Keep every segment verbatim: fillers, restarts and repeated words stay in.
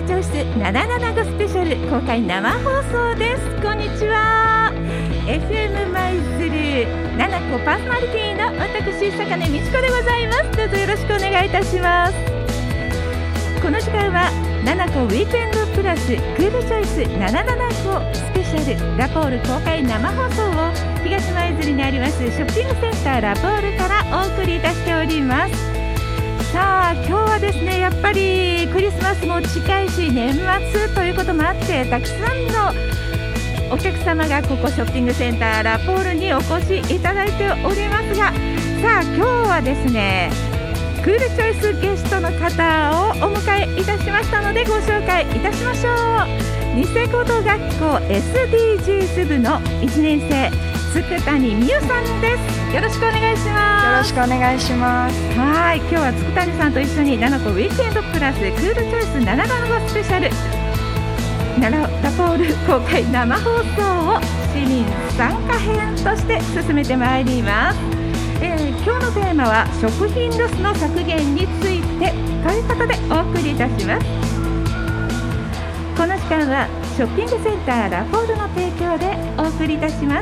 チョイスななななごスペシャル公開生放送です。こんにちは。 エフエム 舞鶴ななこパーソナリティの私坂根美智子でございます。どうぞよろしくお願いいたします。この時間はななこウィークエンドプラスクールチョイスななななごスペシャルラポール公開生放送を東舞鶴にありますショッピングセンターラポールからお送りいたしております。さあ今日はですね、やっぱりクリスマスも近いし年末ということもあってたくさんのお客様がここショッピングセンターラポールにお越しいただいておりますが、さあ今日はですねクールチョイスゲストの方をお迎えいたしましたのでご紹介いたしましょう。ニセ高等学校 エスディージーズ 部のいちねん生佃谷美優さんです。よろしくお願いします。 よろしくお願いします。 はい、今日は佃谷さんと一緒にななこウィークエンドプラスクールチョイスななななごスペシャルラポール公開生放送を市民参加編として進めてまいります。えー、今日のテーマは食品ロスの削減についてということでお送りいたします。この時間はショッピングセンターラポールの提供でお送りいたします。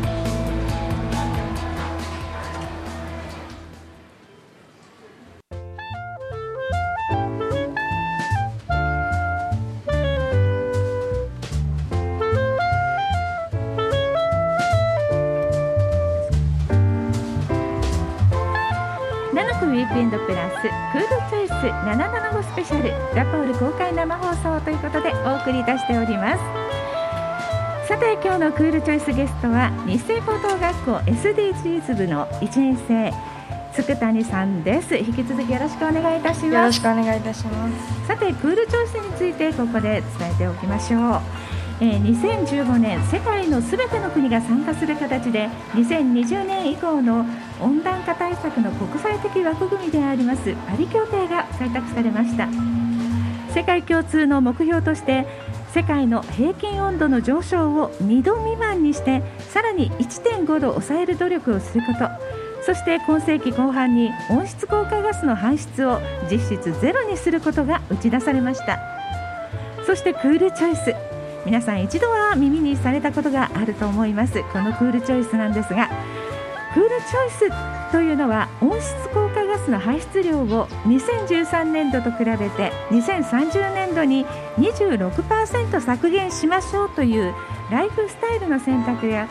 ウィークエンドプラスクールチョイスななななごスペシャルラポール公開生放送ということでお送りいたしております。さて今日のクールチョイスゲストは日生高等学校 エスディージーズ 部のいちねん生佃谷さんです。引き続きよろしくお願いいたします。 よろしくお願いいたします。 さてクールチョイスについてここで伝えておきましょう。えー、にせんじゅうごねん世界のすべての国が参加する形でにせんにじゅうねん以降の温暖化対策の国際的枠組みでありますパリ協定が採択されました。世界共通の目標として世界の平均温度の上昇をにど未満にしてさらに いってんごど抑える努力をすること、そして今世紀後半に温室効果ガスの排出を実質ゼロにすることが打ち出されました。そしてクールチョイス、皆さん一度は耳にされたことがあると思います。このクールチョイスなんですが、クールチョイスというのは温室効果ガスの排出量をにせんじゅうさんねんどと比べてにせんさんじゅうねんどに にじゅうろくパーセント 削減しましょうというライフスタイルの選択や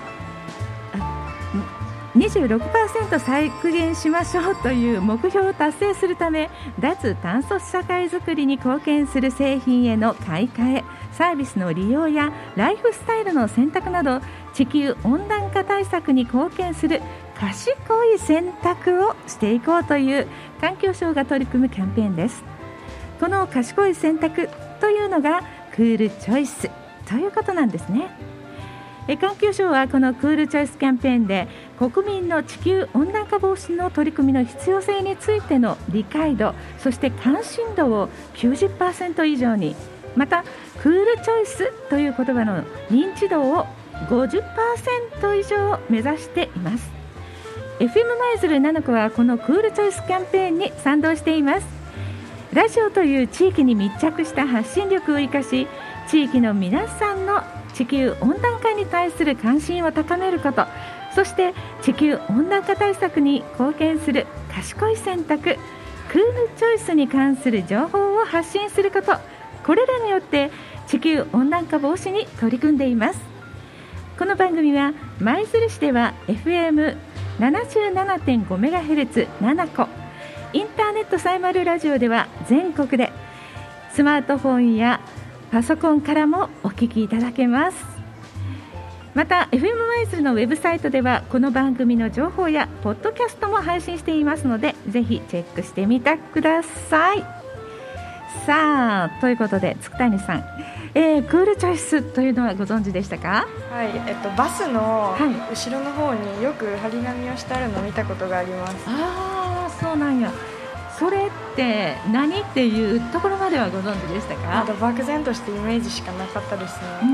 にじゅうろくパーセント 削減しましょうという目標を達成するため脱炭素社会づくりに貢献する製品への買い替え、サービスの利用やライフスタイルの選択など地球温暖化対策に貢献する賢い選択をしていこうという環境省が取り組むキャンペーンです。この賢い選択というのがクールチョイスということなんですね。え環境省はこのクールチョイスキャンペーンで国民の地球温暖化防止の取り組みの必要性についての理解度、そして関心度を きゅうじゅっパーセント 以上に、またクールチョイスという言葉の認知度を ごじゅっパーセント 以上目指しています。 エフエム 舞鶴ななこはこのクールチョイスキャンペーンに賛同しています。ラジオという地域に密着した発信力を生かし、地域の皆さんの地球温暖化に対する関心を高めること、そして地球温暖化対策に貢献する賢い選択、クールチョイスに関する情報を発信すること、これらによって地球温暖化防止に取り組んでいます。この番組は舞鶴市では エフエムななじゅうななてんごメガヘルツ ななこ、インターネットサイマルラジオでは全国でスマートフォンやパソコンからもお聞きいただけます。また エフエム 舞鶴のウェブサイトではこの番組の情報やポッドキャストも配信していますので、ぜひチェックしてみてください。さあということで佃谷さん、えー、クールチョイスというのはご存知でしたか？ はい、えっと、バスの後ろの方によく張り紙をしてあるのを見たことがあります。 ああ、そうなんや。それって何っていうところまではご存知でしたか？ まだ漠然としてイメージしかなかったですね。 うん、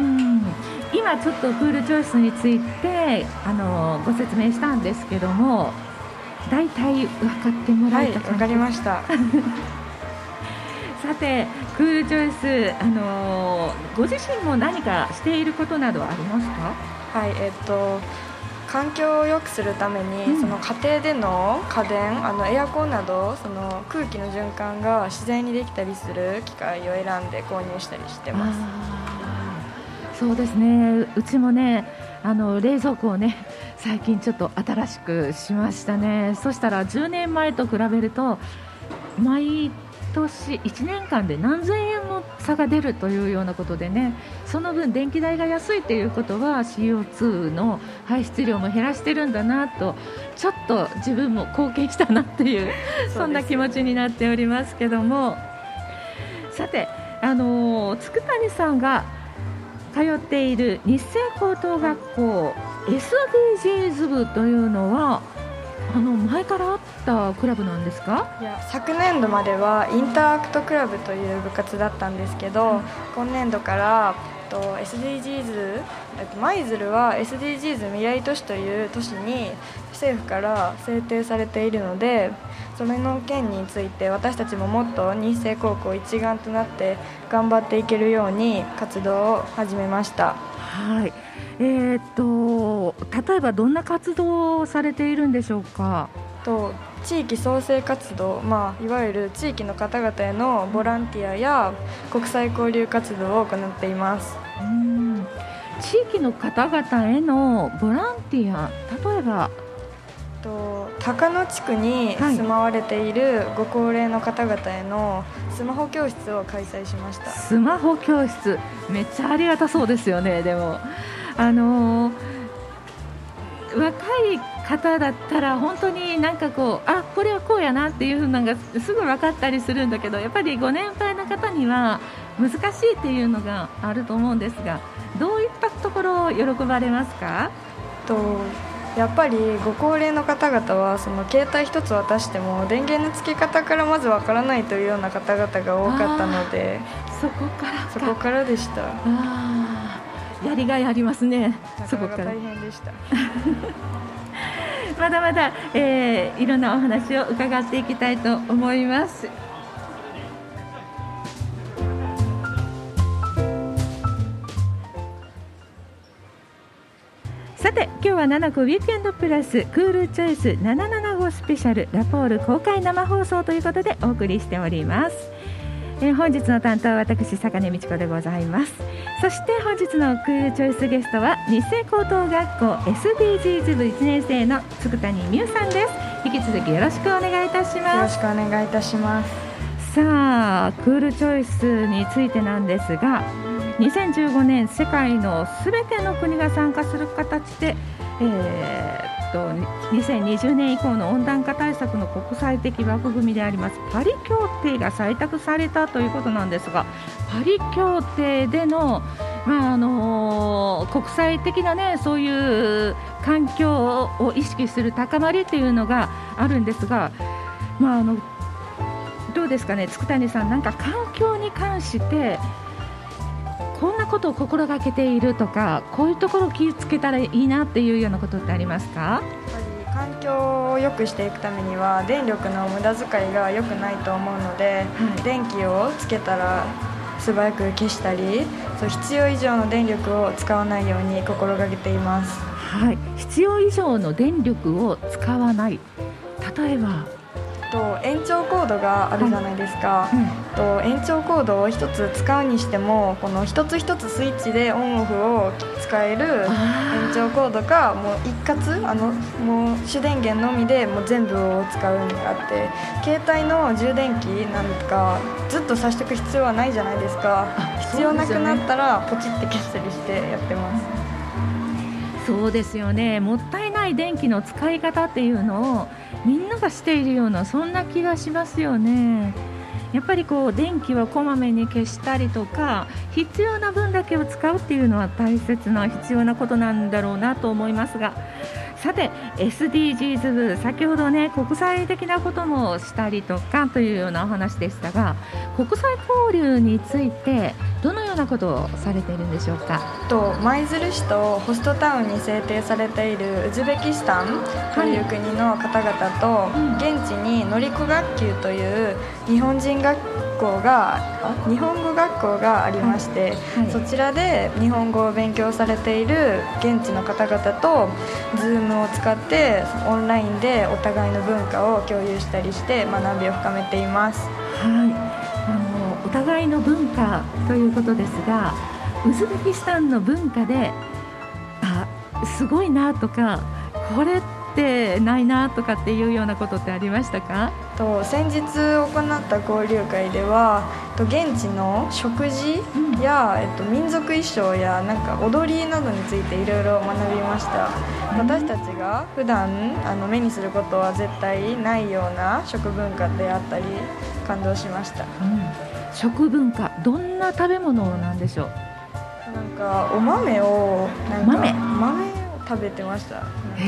今ちょっとクールチョイスについてあのご説明したんですけども、だいたい分かってもらえたかな？ はい、分かりました。 ささてクールチョイス、あのー、ご自身も何かしていることなどありますか？ はい、えっと環境を良くするために、うん、その家庭での家電、あのエアコンなどその空気の循環が自然にできたりする機械を選んで購入したりしてます。 そうですね、うちもね、あの冷蔵庫をね最近ちょっと新しくしましたね。そしたらじゅうねんまえと比べると毎年いちねんかんで何千円の差が出るというようなことでね、その分電気代が安いということは シーオーツー の排出量も減らしてるんだなと、ちょっと自分も貢献したなっていうそんな気持ちになっておりますけども、さて、あのー、佃谷さんが通っている日生高等学校 エスディージーズ 部というのはあの前からあったクラブなんですか？ いや、昨年度まではインターアクトクラブという部活だったんですけど、うん、今年度からと エスディージーズ、舞鶴は エスディージーズ 未来都市という都市に政府から制定されているので、それの件について私たちももっと日生高校一丸となって頑張っていけるように活動を始めました。 はい、えー、っと例えばどんな活動をされているんでしょうか？ と地域創生活動、まあ、いわゆる地域の方々へのボランティアや国際交流活動を行っています。 うん、地域の方々へのボランティア、例えばと高野地区に住まわれているご高齢の方々へのスマホ教室を開催しました。 スマホ教室、めっちゃありがたそうですよね。でもあのー、若い方だったら本当になんかこう、あ、これはこうやなっていうのがすぐ分かったりするんだけど、やっぱりご年配の方には難しいっていうのがあると思うんですが、どういったところを喜ばれますか？ とやっぱりご高齢の方々はその携帯一つ渡しても電源の付け方からまずわからないというような方々が多かったので、 そこからそこからでした。 あ、やりがいありますね。 そこから大変でしたまだまだ、えー、いろんなお話を伺っていきたいと思います。さて、今日はななこウィークエンドプラスクールチョイスななななごスペシャルラポール公開生放送ということでお送りしております。えー、本日の担当は私坂根美智子でございます。そして本日のクールチョイスゲストは日生高等学校 エスディージーズ 部いちねん生の佃谷美優さんです。引き続きよろしくお願いいたします。 よろしくお願いいたします。 さあ、クールチョイスについてなんですが、にせんじゅうごねん世界のすべての国が参加する形で、えー、っとにせんにじゅうねん以降の温暖化対策の国際的枠組みでありますパリ協定が採択されたということなんですが、パリ協定での、まああのー、国際的な、ね、そういう環境を意識する高まりというのがあるんですが、まあ、あのどうですかね、佃谷さん、なんか環境に関してこんなことを心がけているとか、こういうところを気をつけたらいいなっていうようなことってありますか？ やっぱり環境を良くしていくためには電力の無駄遣いが良くないと思うので、はい、電気をつけたら素早く消したり、そう必要以上の電力を使わないように心がけています。 はい、必要以上の電力を使わない、例えばと延長コードがあるじゃないですか、はい、うん、と延長コードを一つ使うにしてもこの一つ一つスイッチでオンオフを使える延長コードか、もう一括あのもう主電源のみでもう全部を使うのがあって、携帯の充電器なんかずっと差しておく必要はないじゃないですか。必要なくなったらポチって消したりしてやってます。 そうですよね、もったいない電気の使い方っていうのをみんながしているような、そんな気がしますよね。やっぱりこう電気をこまめに消したりとか、必要な分だけを使うっていうのは大切な必要なことなんだろうなと思いますが、さて エスディージーズ 部、先ほどね国際的なこともしたりとかというようなお話でしたが、国際交流についてどのようなことをされているんでしょうか？ と舞鶴市とホストタウンに制定されているウズベキスタンという国の方々と、はい、現地に乗り子学級という日本人学校が日本語学校がありまして、はいはい、そちらで日本語を勉強されている現地の方々と Zoom を使ってオンラインでお互いの文化を共有したりして学びを深めています。 はい、あのお互いの文化ということですが、ウズベキスタンの文化であすごいなとか、これってないなとかっていうようなことってありましたか？ と先日行った交流会ではと現地の食事や、うんえっと、民族衣装やなんか踊りなどについていろいろ学びました。私たちが普段あの目にすることは絶対ないような食文化であったり感動しました。うん、 食文化、どんな食べ物なんでしょう？ なんかお豆をなんか豆豆を食べてました。 へ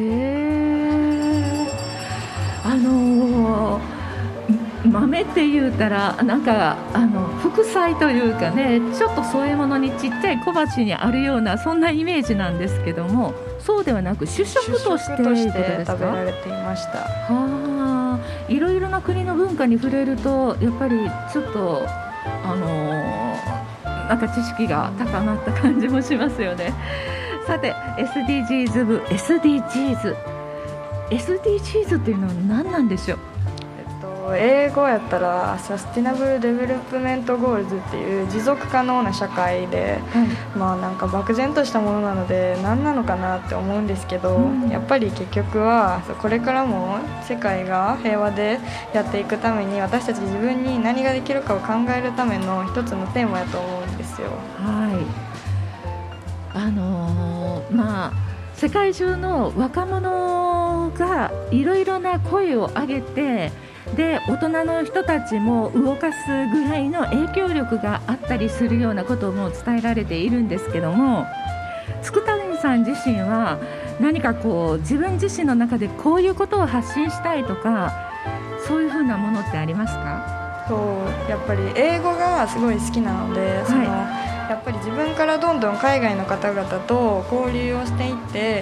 ー、あのー、豆って言うたらなんかあの副菜というかね、ちょっと添え物にちっちゃい小鉢にあるようなそんなイメージなんですけども、そうではなく主食として主食として食べられていました。 はあ、いろいろな国の文化に触れるとやっぱりちょっとあのー、なんか知識が高まった感じもしますよね。さて エスディージーズ 部 エスディージーズ エスディージーズ っていうのは何なんでしょう？ 英語やったらサスティナブルデベロップメントゴールズっていう持続可能な社会で、うん、まあなんか漠然としたものなので何なのかなって思うんですけど、うん、やっぱり結局はこれからも世界が平和でやっていくために私たち自分に何ができるかを考えるための一つのテーマやと思うんですよ。 はい、あのー、まあ世界中の若者がいろいろな声を上げて、で大人の人たちも動かすぐらいの影響力があったりするようなことも伝えられているんですけども、佃谷さん自身は何かこう自分自身の中でこういうことを発信したいとか、そういうふうなものってありますか？ そうやっぱり英語がすごい好きなので、はい、そのやっぱり自分からどんどん海外の方々と交流をしていって、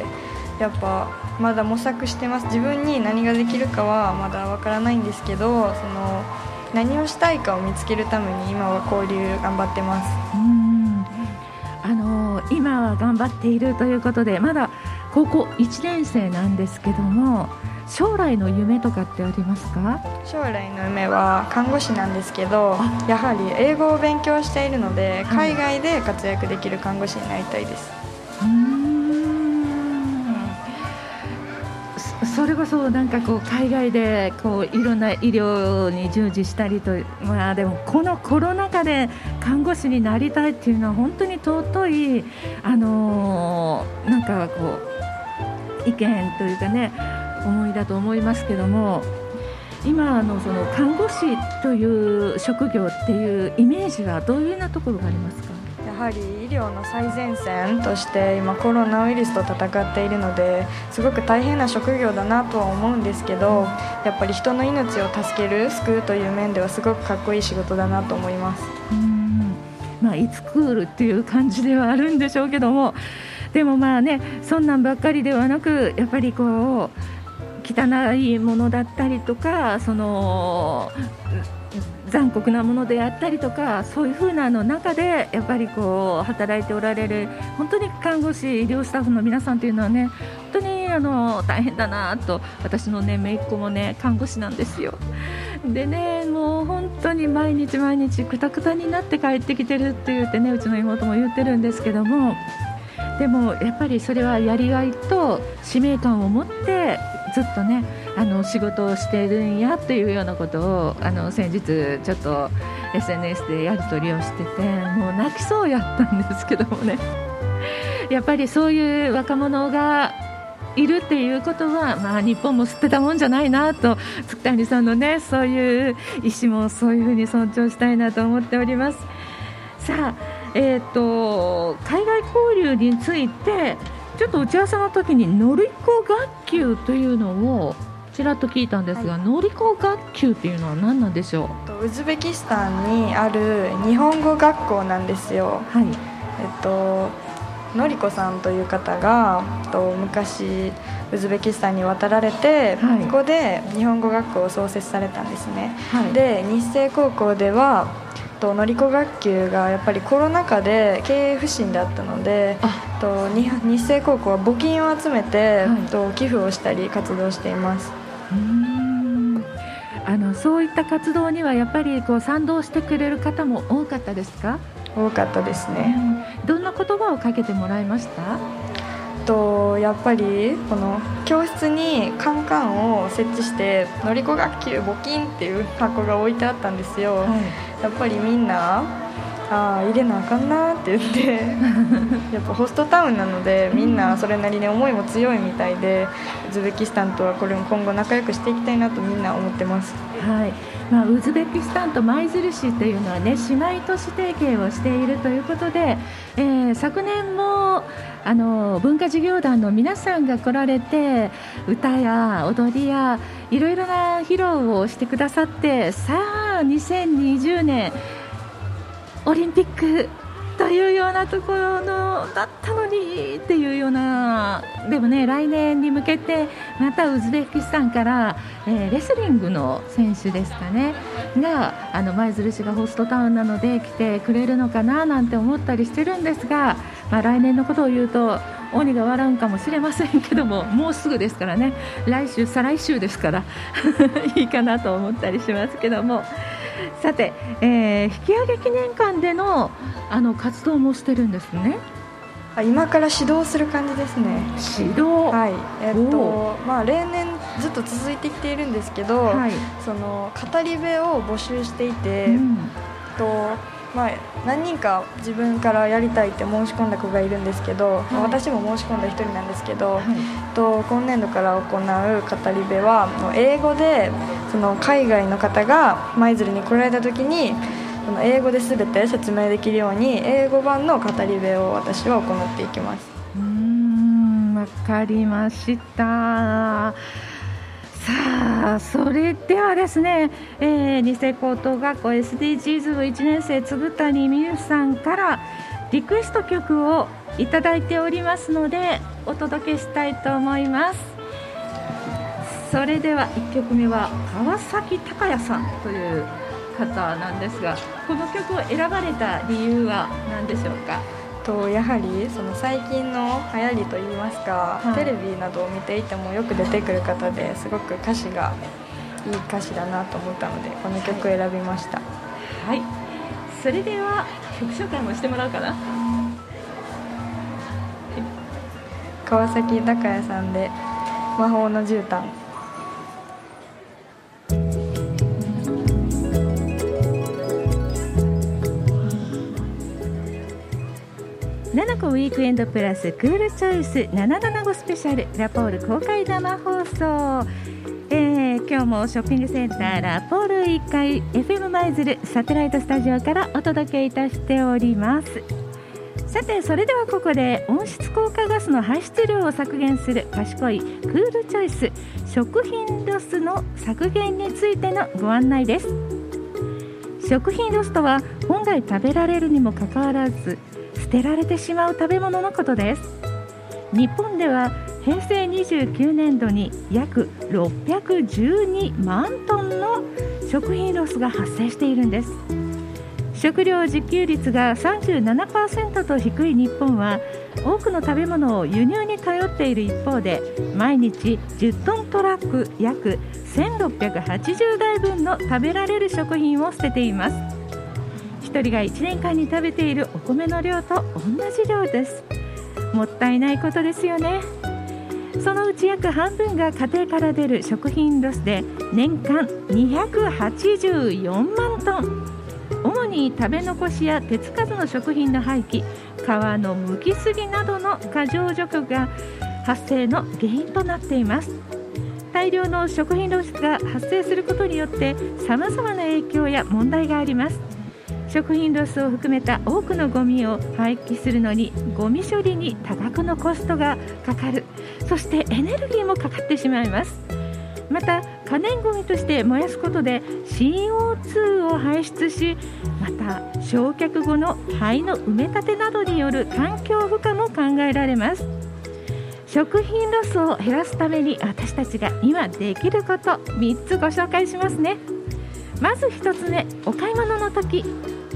やっぱまだ模索してます。自分に何ができるかはまだわからないんですけど、その何をしたいかを見つけるために今は交流頑張ってます。 うーん、あのー、今は頑張っているということで、まだ高校いちねん生なんですけども、将来の夢とかってありますか？ 将来の夢は看護師なんですけど、やはり英語を勉強しているので、はい、海外で活躍できる看護師になりたいです。 うーん、それこそなんかこう海外でこういろんな医療に従事したりと、まあでもこのコロナ禍で看護師になりたいっていうのは本当に尊い、あのー、なんかこう意見というかね、思いだと思いますけども、今のその看護師という職業っていうイメージはどういうようなところがありますか？ やはり医療の最前線として今コロナウイルスと戦っているので、すごく大変な職業だなとは思うんですけど、やっぱり人の命を助ける救うという面ではすごくかっこいい仕事だなと思います。 うーん、まあ、いつクールっていう感じではあるんでしょうけども、でもまあね、そんなんばっかりではなく、やっぱりこう汚いものだったりとか、その残酷なものであったりとか、そういう風なの中でやっぱりこう働いておられる本当に看護師、医療スタッフの皆さんというのはね、本当にあの大変だなと。私のね姪っ子もね看護師なんですよ。でね、もう本当に毎日毎日クタクタになって帰ってきてるって言ってね、うちの妹も言ってるんですけども、でもやっぱりそれはやりがいと使命感を持ってずっとねあの仕事をしているんやというようなことをあの先日ちょっと エスエヌエス でやり取りをしてて、もう泣きそうやったんですけどもね、やっぱりそういう若者がいるっていうことは、まあ、日本も捨てたもんじゃないなと、佃谷さんのねそういう意思もそういうふうに尊重したいなと思っております。さあ、えーと、海外交流についてちょっと打ち合わせの時に乗り子学級というのをちらっと聞いたんですが、はい、乗り子学級っていうのは何なんでしょう？ウズベキスタンにある日本語学校なんですよ。はい、えっとのりこさんという方がと昔ウズベキスタンに渡られて、 はい、 ここで日本語学校を創設されたんですね、 はい、 で日清高校ではと乗り子学級がやっぱりコロナ禍で経営不振だったので、と日清高校は募金を集めて、はい、と寄付をしたり活動しています。 うーん、あのそういった活動にはやっぱりこう賛同してくれる方も多かったですか？ 多かったですね、 うん、どんな言葉をかけてもらいました？ とやっぱりこの教室にカンカンを設置して乗り子学級募金っていう箱が置いてあったんですよ、はい、やっぱりみんなあ入れなあかんなって言ってやっぱホストタウンなのでみんなそれなりに思いも強いみたいで、ウズベキスタンとはこれも今後仲良くしていきたいなとみんな思ってます。 はい、まあ、ウズベキスタンと舞鶴市というのは、ね、姉妹都市提携をしているということで、えー、昨年もあの文化事業団の皆さんが来られて歌や踊りやいろいろな披露をしてくださって、さあにせんにじゅうねんオリンピックというようなところのだったのにっていうような、でもね来年に向けてまたウズベキスタンから、えー、レスリングの選手ですかねがあの舞鶴市がホストタウンなので来てくれるのかななんて思ったりしてるんですが、まあ、来年のことを言うと鬼が笑うんかもしれませんけども、もうすぐですからね、来週再来週ですからいいかなと思ったりしますけども、さて、えー、引き上げ記念館で の, あの活動もしてるんですね。 あ、今から指導する感じですね。 指導、 はい、えっとまあ、例年ずっと続いてきているんですけど、はい、その語り部を募集していて、うん、とまあ、何人か自分からやりたいって申し込んだ子がいるんですけど、はい、私も申し込んだ一人なんですけど、はい、と今年度から行う語り部は英語で、その海外の方が舞鶴に来られた時にその英語で全て説明できるように英語版の語り部を私は行っていきます。 うーん、わかりました。さあ、それではですね、えー、ニセ高等学校 エスディージーズ 部いちねん生つぐたにみゆさんからリクエスト曲をいただいておりますのでお届けしたいと思います。それではいっきょくめは川崎隆也さんという方なんですが、この曲を選ばれた理由は何でしょうか？ とやはりその最近の流行りといいますか、はい、テレビなどを見ていてもよく出てくる方ですごく歌詞がいい歌詞だなと思ったのでこの曲を選びました。 はい、はい、それでは曲紹介もしてもらおうかな。 川崎隆也さんで魔法の絨毯。 ななこウィークエンドプラスクールチョイスななななごスペシャルラポール公開生放送、えー、今日もショッピングセンターラポールいっかい エフエム 舞鶴サテライトスタジオからお届けいたしております。さて、それではここで温室効果ガスの排出量を削減する賢いクールチョイス食品ロスの削減についてのご案内です。食品ロスとは本来食べられるにもかかわらず捨てられてしまう食べ物のことです。日本ではへいせいにじゅうきゅうねんどに約ろっぴゃくじゅうにまんトンの食品ロスが発生しているんです。食料自給率が さんじゅうななパーセント と低い日本は多くの食べ物を輸入に頼っている一方で、毎日じゅっトントラック約せんろっぴゃくはちじゅうだいぶんの食べられる食品を捨てています。ひとりがいちねんかんに食べているお米の量と同じ量です。もったいないことですよね。そのうち約半分が家庭から出る食品ロスで年間にひゃくはちじゅうよんまんトン。主に食べ残しや手つかずの食品の廃棄、皮の剥きすぎなどの過剰除去が発生の原因となっています。大量の食品ロスが発生することによって様々な影響や問題があります。食品ロスを含めた多くのゴミを廃棄するのにゴミ処理に多額のコストがかかる。そしてエネルギーもかかってしまいます。また可燃ゴミとして燃やすことで シーオーツー を排出し、また焼却後の灰の埋め立てなどによる環境負荷も考えられます。 食品ロスを減らすために私たちが今できることみっつご紹介しますね。まずひとつめ、お買い物の時、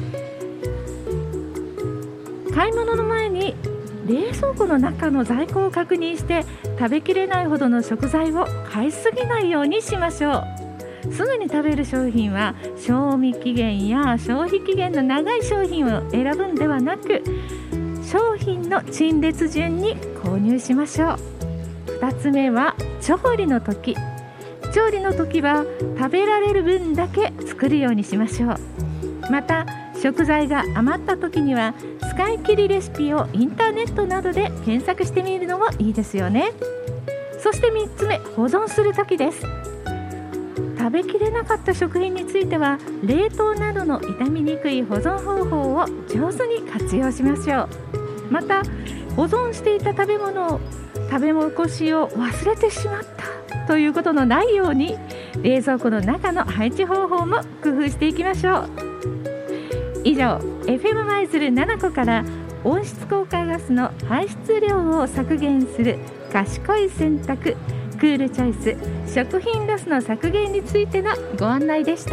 買い物の前に冷蔵庫の中の在庫を確認して食べきれないほどの食材を買いすぎないようにしましょう。すぐに食べる商品は賞味期限や消費期限の長い商品を選ぶんではなく、商品の陳列順に購入しましょう。ふたつめは調理の時、調理の時は食べられる分だけ作るようにしましょう。また食材が余った時には使い切りレシピをインターネットなどで検索してみるのもいいですよね。そしてみっつめ、保存する時です。食べきれなかった食品については冷凍などの傷みにくい保存方法を上手に活用しましょう。また保存していた食べ物を食べ残しを忘れてしまったということのないように冷蔵庫の中の配置方法も工夫していきましょう。以上 エフエム 舞鶴ななこから温室効果ガスの排出量を削減する賢い選択クールチョイス食品ロスの削減についてのご案内でした。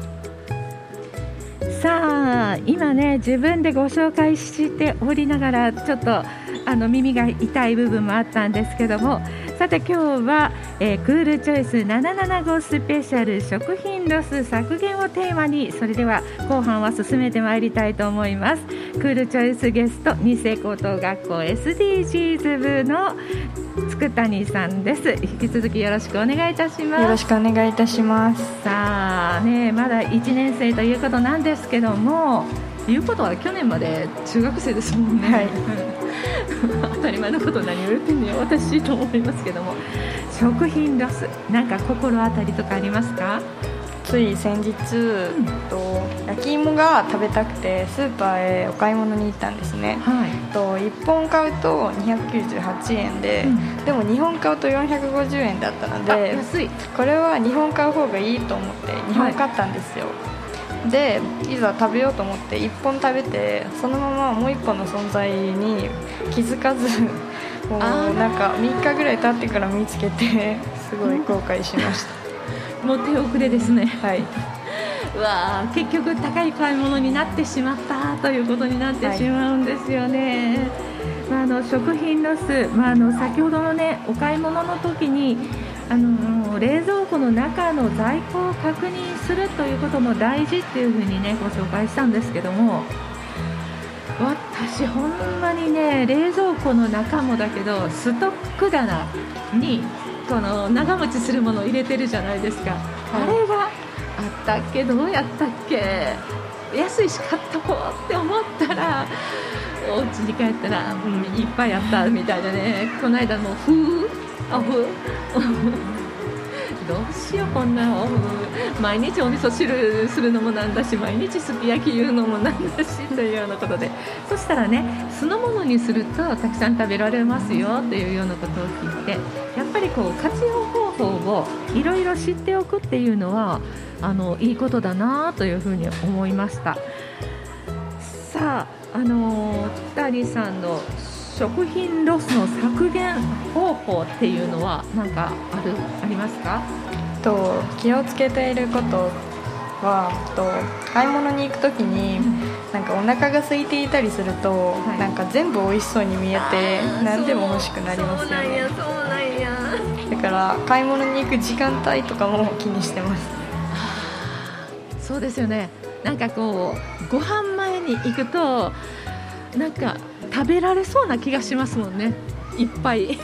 さあ今ね自分でご紹介しておりながらちょっとあの耳が痛い部分もあったんですけども、さて今日は、えー、クールチョイスななななごスペシャル食品ロス削減をテーマに、それでは後半は進めてまいりたいと思います。クールチョイスゲスト二世高等学校 エスディージーズ 部の佃谷さんです。引き続きよろしくお願いいたします。 よろしくお願いいたします。 さあね、まだいちねん生ということなんですけども、いうことは去年まで中学生ですもんね。はい当たり前のこと何を言ってんのよ私と思いますけども、食品ロスなんか心当たりとかありますか？ つい先日、うん、と焼き芋が食べたくてスーパーへお買い物に行ったんですね、はい、といっぽん買うとにひゃくきゅうじゅうはちえんで、うん、でもにほん買うとよんひゃくごじゅうえんだったので、 安い。これはにほん買う方がいいと思ってにほん買ったんですよ、はい、でいざ食べようと思っていっぽん食べてそのままもういっこの存在に気づかずもうなんかみっかぐらい経ってから見つけてすごい後悔しました。 もう手遅れですね。 はい。 うわ結局高い買い物になってしまったということになってしまうんですよね、はい。まあ、あの食品ロス、まあ、あの先ほどのねお買い物の時にあの冷蔵庫の中の在庫を確認するということも大事っていうふうにねご紹介したんですけども、私ほんまにね冷蔵庫の中もだけどストック棚にこの長持ちするものを入れてるじゃないですか、はい、あれがあったっけどうやったっけ安いし買っとこうって思ったらお家に帰ったら、うん、いっぱいあったみたいなね。この間もうふーあふーどうしようこんな毎日お味噌汁するのもなんだし毎日すき焼き言うのもなんだしというようなことで、そしたらね酢の物にするとたくさん食べられますよというようなことを聞いて、やっぱりこう活用方法をいろいろ知っておくっていうのはあのいいことだなというふうに思いました。さあ、あの佃谷さんの食品ロスの削減方法っていうのは何かあるありますか？ と気をつけていることはと買い物に行くときに、うん、なんかお腹が空いていたりすると、はい、なんか全部美味しそうに見えて何でも欲しくなりますよね。そうなんやそうなんや。だから買い物に行く時間帯とかも気にしてます。 そうですよね。なんかこうご飯前に行くとなんか食べられそうな気がしますもんね、いっぱい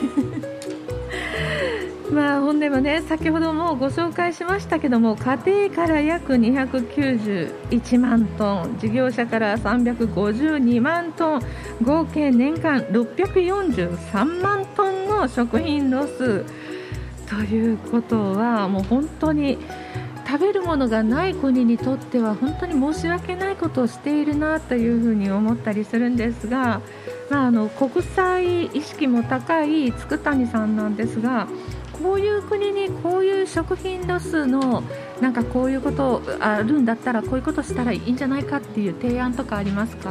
まあほんでもね先ほどもご紹介しましたけども、家庭から約にひゃくきゅうじゅういちまんトン、事業者からさんびゃくごじゅうにまんトン、合計年間ろっぴゃくよんじゅうさんまんトンの食品ロスということは、もう本当に食べるものがない国にとっては本当に申し訳ないことをしているなというふうに思ったりするんですが、まあ、あの国際意識も高い佃谷さんなんですが、こういう国にこういう食品ロスのなんかこういうことあるんだったらこういうことしたらいいんじゃないかっていう提案とかありますか？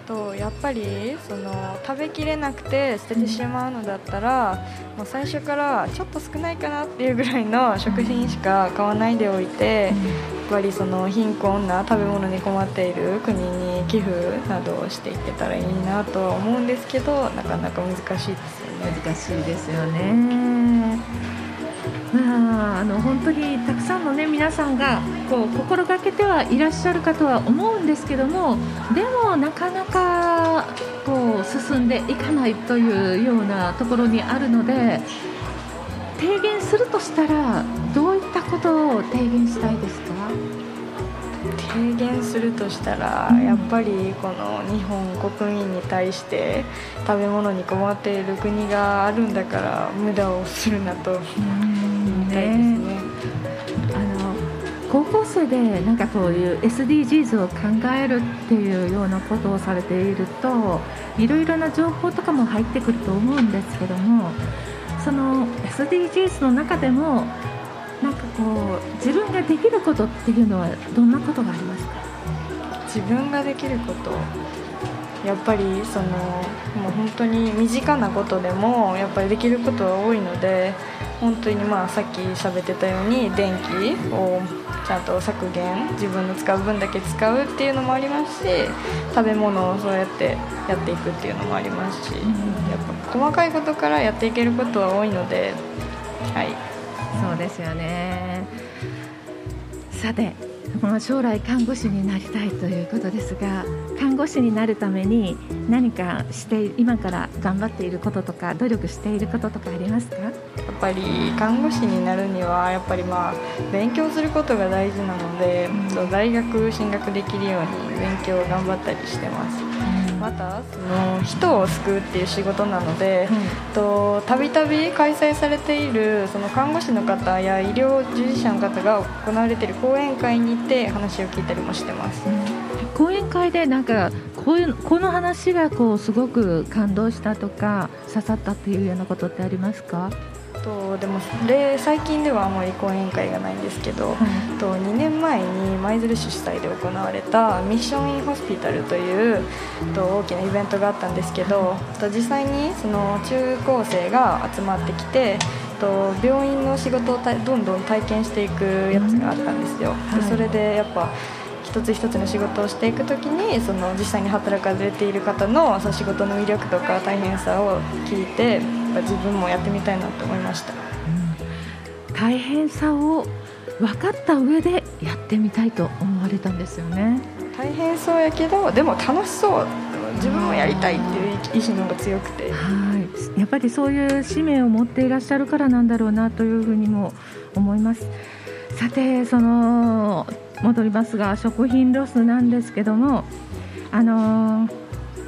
とやっぱりその食べきれなくて捨ててしまうのだったら、うん、もう最初からちょっと少ないかなっていうぐらいの食品しか買わないでおいて、うん、やっぱりその貧困な食べ物に困っている国に寄付などをしていけたらいいなとは思うんですけど、なかなか難しいですよね。 難しいですよね。まあ、あの本当にたくさんの、ね、皆さんがこう心がけてはいらっしゃるかとは思うんですけども、でもなかなかこう進んでいかないというようなところにあるので、提言するとしたらどういったことを提言したいですか？ 提言するとしたら、うん、やっぱりこの日本国民に対して食べ物に困っている国があるんだから無駄をするなと、うんね、 あの高校生でなんかこういう エスディージーズ を考えるっていうようなことをされていると、いろいろな情報とかも入ってくると思うんですけども、その エスディージーズ の中でもなんかこう自分ができることっていうのはどんなことがありますか？ 自分ができること、やっぱりそのもう本当に身近なことでもやっぱりできることは多いので、本当にまあさっき喋ってたように電気をちゃんと削減、自分の使う分だけ使うっていうのもありますし、食べ物をそうやってやっていくっていうのもありますし、やっぱ細かいことからやっていけることは多いので、はい、 そうですよね。さて、将来看護師になりたいということですが、看護師になるために何かして今から頑張っていることとか努力していることとかありますか？ やっぱり看護師になるにはやっぱりまあ勉強することが大事なので、うん、大学進学できるように勉強を頑張ったりしてます。うん、またその人を救うっていう仕事なので、たびたび開催されているその看護師の方や医療従事者の方が行われている講演会に行って話を聞いたりもしてます。うん、 講演会でなんかこういうこの話がこうすごく感動したとか刺さったっていうようなことってありますか？ とでもで最近ではあまり講演会がないんですけど、はい、とにねんまえに舞鶴市主催で行われたミッションインホスピタルというと大きなイベントがあったんですけど、と実際にその中高生が集まってきてと病院の仕事をどんどん体験していくやつがあったんですよ。でそれでやっぱ一つ一つの仕事をしていくときにその実際に働かれている方のその仕事の魅力とか大変さを聞いて、やっぱ自分もやってみたいなと思いました。 うん、大変さを分かった上でやってみたいと思われたんですよね。 大変そうやけどでも楽しそう、自分もやりたいっていう意志の方が強くて、 はい、やっぱりそういう使命を持っていらっしゃるからなんだろうなというふうにも思います。さて、その戻りますが食品ロスなんですけども、あのー、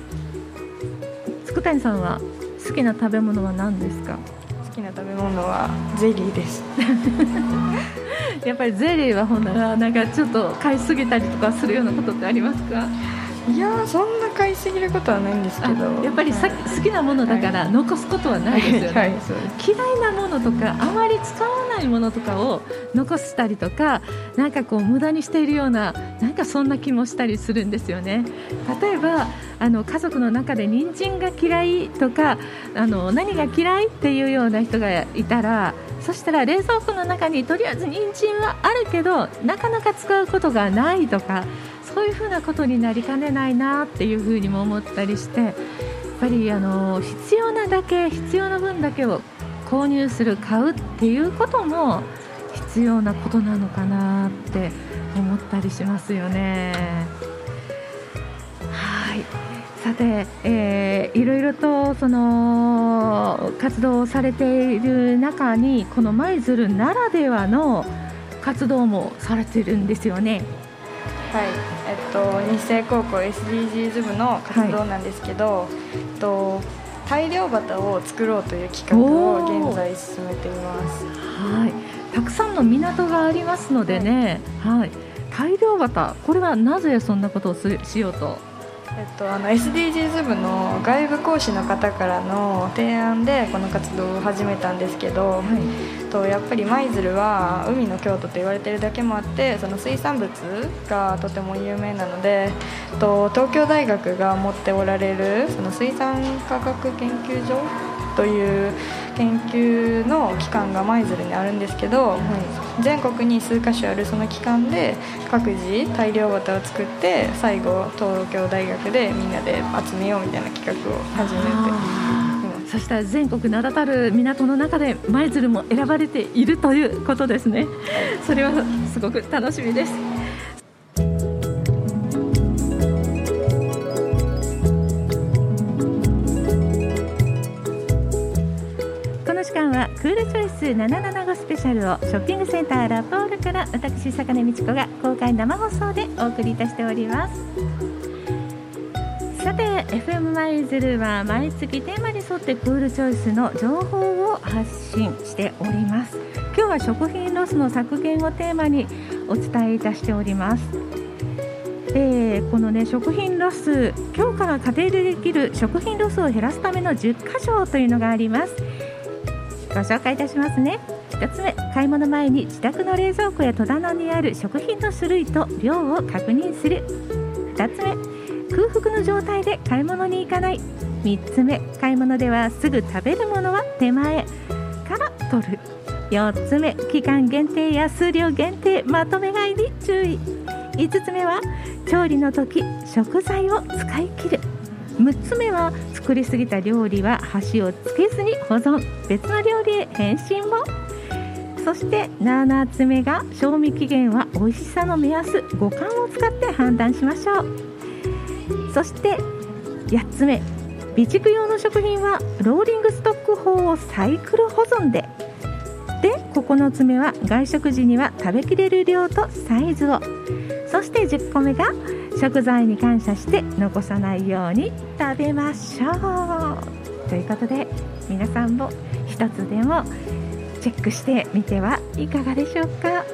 佃谷さんは好きな食べ物は何ですか？ 好きな食べ物はゼリーですやっぱりゼリーはほんならなんかちょっと買いすぎたりとかするようなことってありますか？ いやそんな買いすぎることはないんですけど、 やっぱりさ、はい、好きなものだから残すことはないですよね。はいはい、嫌いなものとかあまり使わないものとかを残したりとか、なんかこう無駄にしているような、なんかそんな気もしたりするんですよね。例えばあの家族の中で人参が嫌いとかあの何が嫌いっていうような人がいたら、そしたら冷蔵庫の中にとりあえず人参はあるけどなかなか使うことがないとか、そういうふうなことになりかねないなっていうふうにも思ったりして、やっぱりあの必要なだけ必要な分だけを購入する買うっていうことも必要なことなのかなって思ったりしますよね。はい、さて、えー、いろいろとその活動をされている中にこの舞鶴ならではの活動もされているんですよね。 はい、えっと、日生高校 エスディージーズ 部の活動なんですけど、はい、えっと、大漁旗を作ろうという企画を現在進めています。 はい、たくさんの港がありますのでね、はいはい、大漁旗、これはなぜそんなことをしようと？ えっと、あの エスディージーズ 部の外部講師の方からの提案でこの活動を始めたんですけど、はい、 とやっぱり舞鶴は海の京都と言われているだけもあって、その水産物がとても有名なので、と東京大学が持っておられるその水産科学研究所という研究の機関が舞鶴にあるんですけど、うん、全国に数カ所あるその機関で各自大漁旗を作って、最後東京大学でみんなで集めようみたいな企画を始めて、 うん、そしたら全国名だたる港の中で舞鶴も選ばれているということですね。それはすごく楽しみです。クールチョイスななななごスペシャルをショッピングセンターラポールから私坂根美智子が公開生放送でお送りいたしております。さて エフエム 舞鶴は毎月テーマに沿ってクールチョイスの情報を発信しております。今日は食品ロスの削減をテーマにお伝えいたしております。えー、このね食品ロス、今日から家庭でできる食品ロスを減らすためのじゅっかしょというのがあります。ご紹介いたしますね。ひとつめ、買い物前に自宅の冷蔵庫や戸棚にある食品の種類と量を確認する。ふたつめ、空腹の状態で買い物に行かない。みっつめ、買い物ではすぐ食べるものは手前から取る。よっつめ、期間限定や数量限定まとめ買いに注意。いつつめは調理の時食材を使い切る。むっつめは作りすぎた料理は箸をつけずに保存、別の料理へ変身も。そしてななつめが賞味期限は美味しさの目安、五感を使って判断しましょう。そしてやっつめ、備蓄用の食品はローリングストック法をサイクル保存で。でここのつめは外食時には食べきれる量とサイズを。そしてじゅっこめが食材に感謝して残さないように食べましょうということで、皆さんも一つでもチェックしてみてはいかがでしょうか。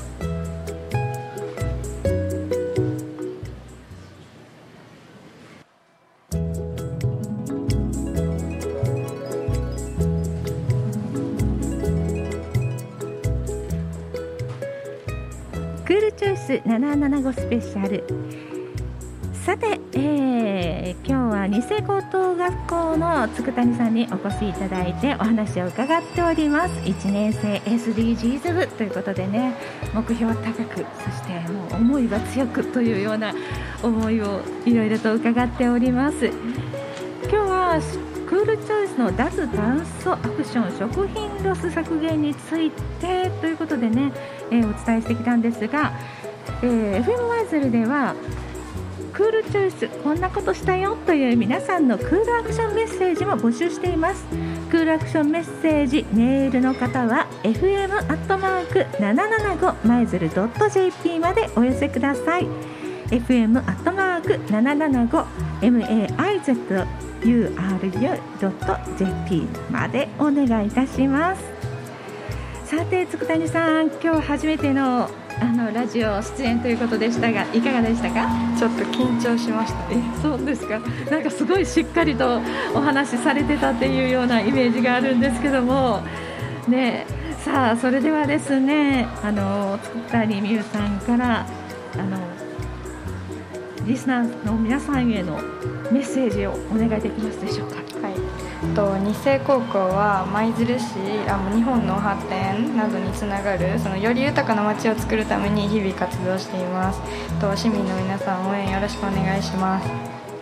クールチョイスななななごスペシャル。さて、えー、今日は二世高等学校の佃谷さんにお越しいただいてお話を伺っております。いちねん生 エスディージーズ 部ということでね、目標高く、そしてもう思いは強くというような思いをいろいろと伺っております。今日はクールチョイスの脱炭素アクション、食品ロス削減についてということでね、えー、お伝えしてきたんですが、えー、エフエム 舞鶴ではクールチョイスこんなことしたよという皆さんのクールアクションメッセージも募集しています。クールアクションメッセージメールの方は エフエム アットマークななななご 舞鶴 ドット ジェーピー までお寄せください。 エフエム アットマークななななご マイズル ドット ジェーピー までお願いいたします。さて佃谷さん、今日初めてのあのラジオ出演ということでしたが、いかがでしたか？ ちょっと緊張しました。 え、そうですか。なんかすごいしっかりとお話しされてたっていうようなイメージがあるんですけどもね。さあそれではですね、あの佃谷美優さんからあのリスナーの皆さんへのメッセージをお願いできますでしょうか？ はい、と日生高校は舞鶴市あ日本の発展などにつながるそのより豊かな街を作るために日々活動しています。と市民の皆さん応援よろしくお願いします。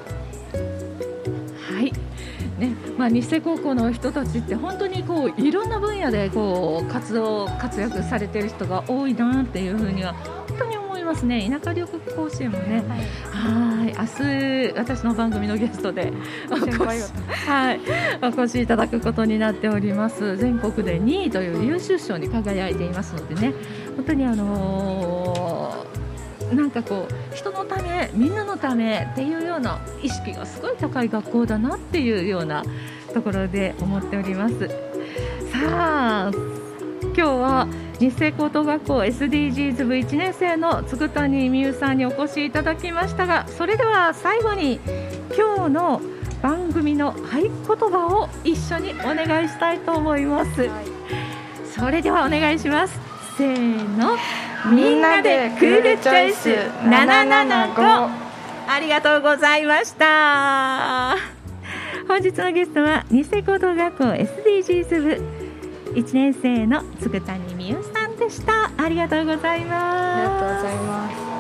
はいね、まあ、日生高校の人たちって本当にこういろんな分野でこう活動活躍されている人が多いなっていうふうには本当に思いますね。田舎緑甲子園もね、はい、明日私の番組のゲストでお越し、はい、お越しいただくことになっております。全国でにいという優秀賞に輝いていますのでね、本当にあのー、なんかこう人のためみんなのためっていうような意識がすごい高い学校だなっていうようなところで思っております。さあ今日は日生高等学校 エスディージーズ 部いちねん生の佃谷美優さんにお越しいただきましたが、それでは最後に今日の番組の合言葉を一緒にお願いしたいと思います。はい、 それではお願いします。せーの、 みんなでクールチョイスななななご。 ありがとうございました。本日のゲストはニセ高等学校 エスディージーズ 部いちねん生の嗣谷美優さんでした。ありがとうございます。 ありがとうございます。